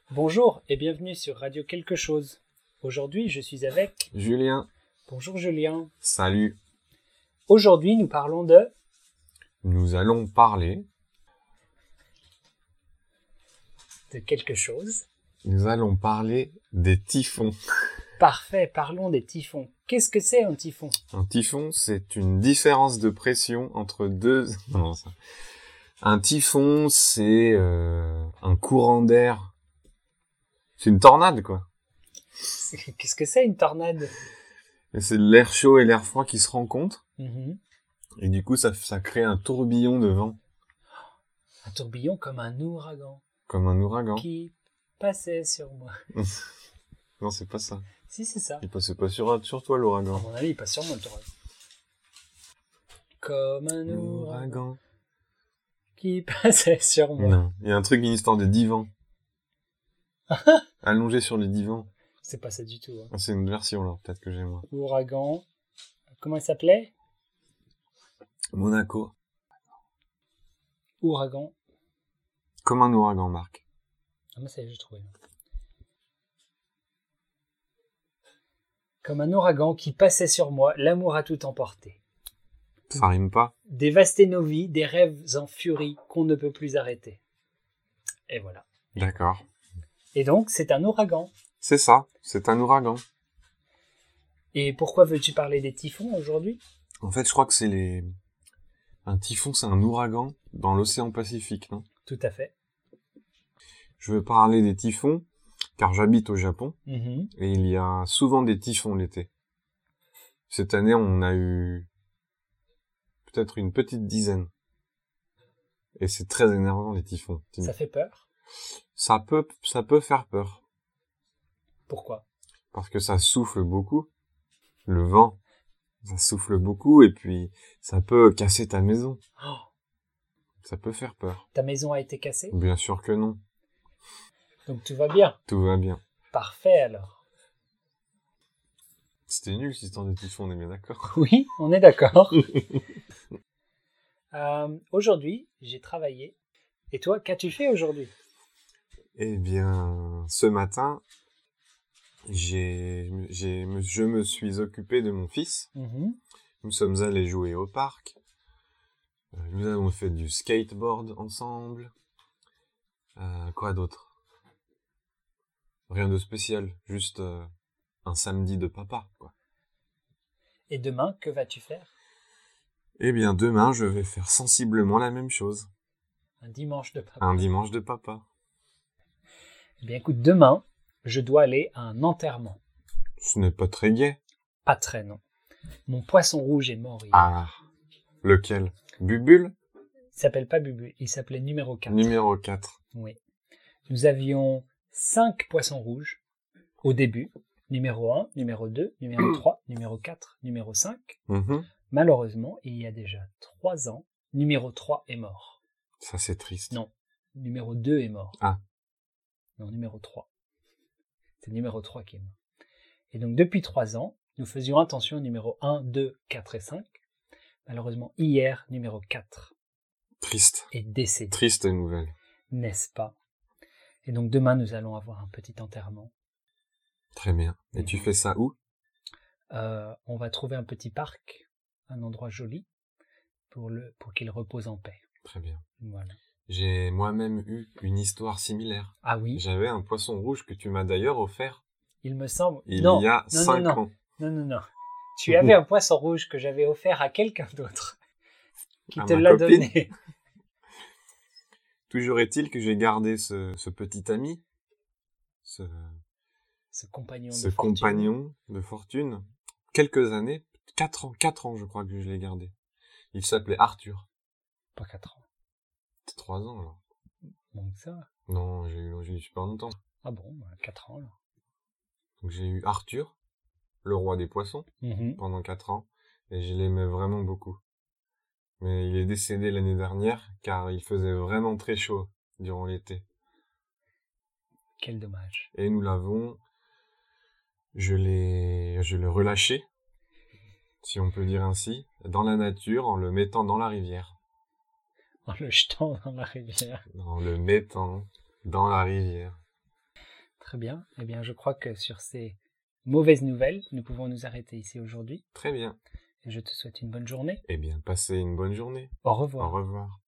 Bonjour et bienvenue sur Radio Quelque chose. Aujourd'hui, je suis avec Julien. Bonjour Julien. Salut. Aujourd'hui, nous parlons de... Nous allons parler... de quelque chose. Nous allons parler des typhons. Parfait, parlons des typhons. Qu'est-ce que c'est un typhon? Un typhon, c'est une différence de pression entre deux... Non, ça... Un typhon, c'est un courant d'air. C'est une tornade, quoi. Qu'est-ce que c'est une tornade? Et c'est l'air chaud et l'air froid qui se rencontrent. Mm-hmm. Et du coup, ça crée un tourbillon de vent. Un tourbillon comme un ouragan. Comme un ouragan. Qui passait sur moi. Non, c'est pas ça. Si, c'est ça. Il passait pas sur toi, À l'ouragan. mon avis, il passe sur moi le ouragan. Comme un ouragan qui passait sur moi. Non, il y a un truc, une histoire de divan. Allongé sur le divan. C'est pas ça du tout. Hein. Ah, c'est une version, alors, peut-être que j'ai moi. Ouragan. Comment il s'appelait? Monaco. Ouragan. Comme un ouragan, Marc. Ah, moi, ça y est, j'ai trouvé. Comme un ouragan qui passait sur moi, l'amour a tout emporté. Ça rime pas. Dévaster nos vies, des rêves en furie qu'on ne peut plus arrêter. Et voilà. D'accord. Et donc, c'est un ouragan. C'est ça, c'est un ouragan. Et pourquoi veux-tu parler des typhons aujourd'hui? En fait, je crois que un typhon, c'est un ouragan dans l'océan Pacifique, non? Tout à fait. Je veux parler des typhons, car j'habite au Japon, Mm-hmm. et il y a souvent des typhons l'été. Cette année, on a eu peut-être une petite dizaine. Et c'est très énervant, les typhons. Ça fait peur. Ça peut faire peur. Pourquoi? Parce que ça souffle beaucoup. Le vent, ça souffle beaucoup, et puis ça peut casser ta maison. Oh, Ça peut faire peur. ta maison a été cassée? Bien sûr que non. Donc tout va bien. Tout va bien. Parfait alors. C'était nul, cette histoire de typhon, on est bien d'accord. Oui, on est d'accord. Aujourd'hui, j'ai travaillé. Et toi, qu'as-tu fait aujourd'hui? Eh bien, ce matin, je me suis occupé de mon fils. Mm-hmm. Nous sommes allés jouer au parc. Nous avons fait du skateboard ensemble. Quoi d'autre? Rien de spécial, juste un samedi de papa, quoi. Et demain, que vas-tu faire? Eh bien, demain, je vais faire sensiblement la même chose. Un dimanche de papa. Un dimanche de papa. Eh bien écoute, demain, je dois aller à un enterrement. Ce n'est pas très gai. Pas très, non. Mon poisson rouge est mort hier. Ah, lequel? Bubule? Il s'appelle pas Bubu, il s'appelait numéro 4. Numéro 4. Oui. Nous avions 5 poissons rouges au début. Numéro 1, numéro 2, numéro 3, numéro 4, numéro 5. Mhm. Malheureusement, il y a déjà 3 ans, numéro 3 est mort. Ça, c'est triste. Non, numéro 2 est mort. Ah. Non, numéro 3. C'est numéro 3 qui est mort. Et donc, depuis 3 ans, nous faisions attention au numéro 1, 2, 4 et 5. Malheureusement, hier, numéro 4 Triste. est décédé. Triste nouvelle. N'est-ce pas? Et donc, demain, nous allons avoir un petit enterrement. Très bien. Et tu fais ça où? On va trouver un petit parc, un endroit joli, pour qu'il repose en paix. Très bien. Voilà. J'ai moi-même eu une histoire similaire. Ah oui? J'avais un poisson rouge que tu m'as d'ailleurs offert Il me semble... il y a 5 ans. Non. Tu avais un poisson rouge que j'avais offert à quelqu'un d'autre qui À te ma l'a copine. donné. Toujours est-il que j'ai gardé ce petit ami, Ce compagnon ce de fortune. compagnon de fortune, quelques années, 4 ans je crois que je l'ai gardé. Il s'appelait Arthur. Pas 4 ans. C'est 3 ans alors. Donc ça. Non, j'ai eu super longtemps. Ah bon, 4 ans alors. Donc j'ai eu Arthur, le roi des poissons, pendant 4 ans, et je l'aimais vraiment beaucoup. Mais il est décédé l'année dernière, car il faisait vraiment très chaud durant l'été. Quel dommage. Et nous l'avons, je l'ai relâché, si on peut dire ainsi, dans la nature, en le mettant dans la rivière. En le jetant dans la rivière. En le mettant dans la rivière. Très bien. Eh bien, je crois que sur ces mauvaises nouvelles, nous pouvons nous arrêter ici aujourd'hui. Très bien. Et je te souhaite une bonne journée. Eh bien, passez une bonne journée. Au revoir. Au revoir.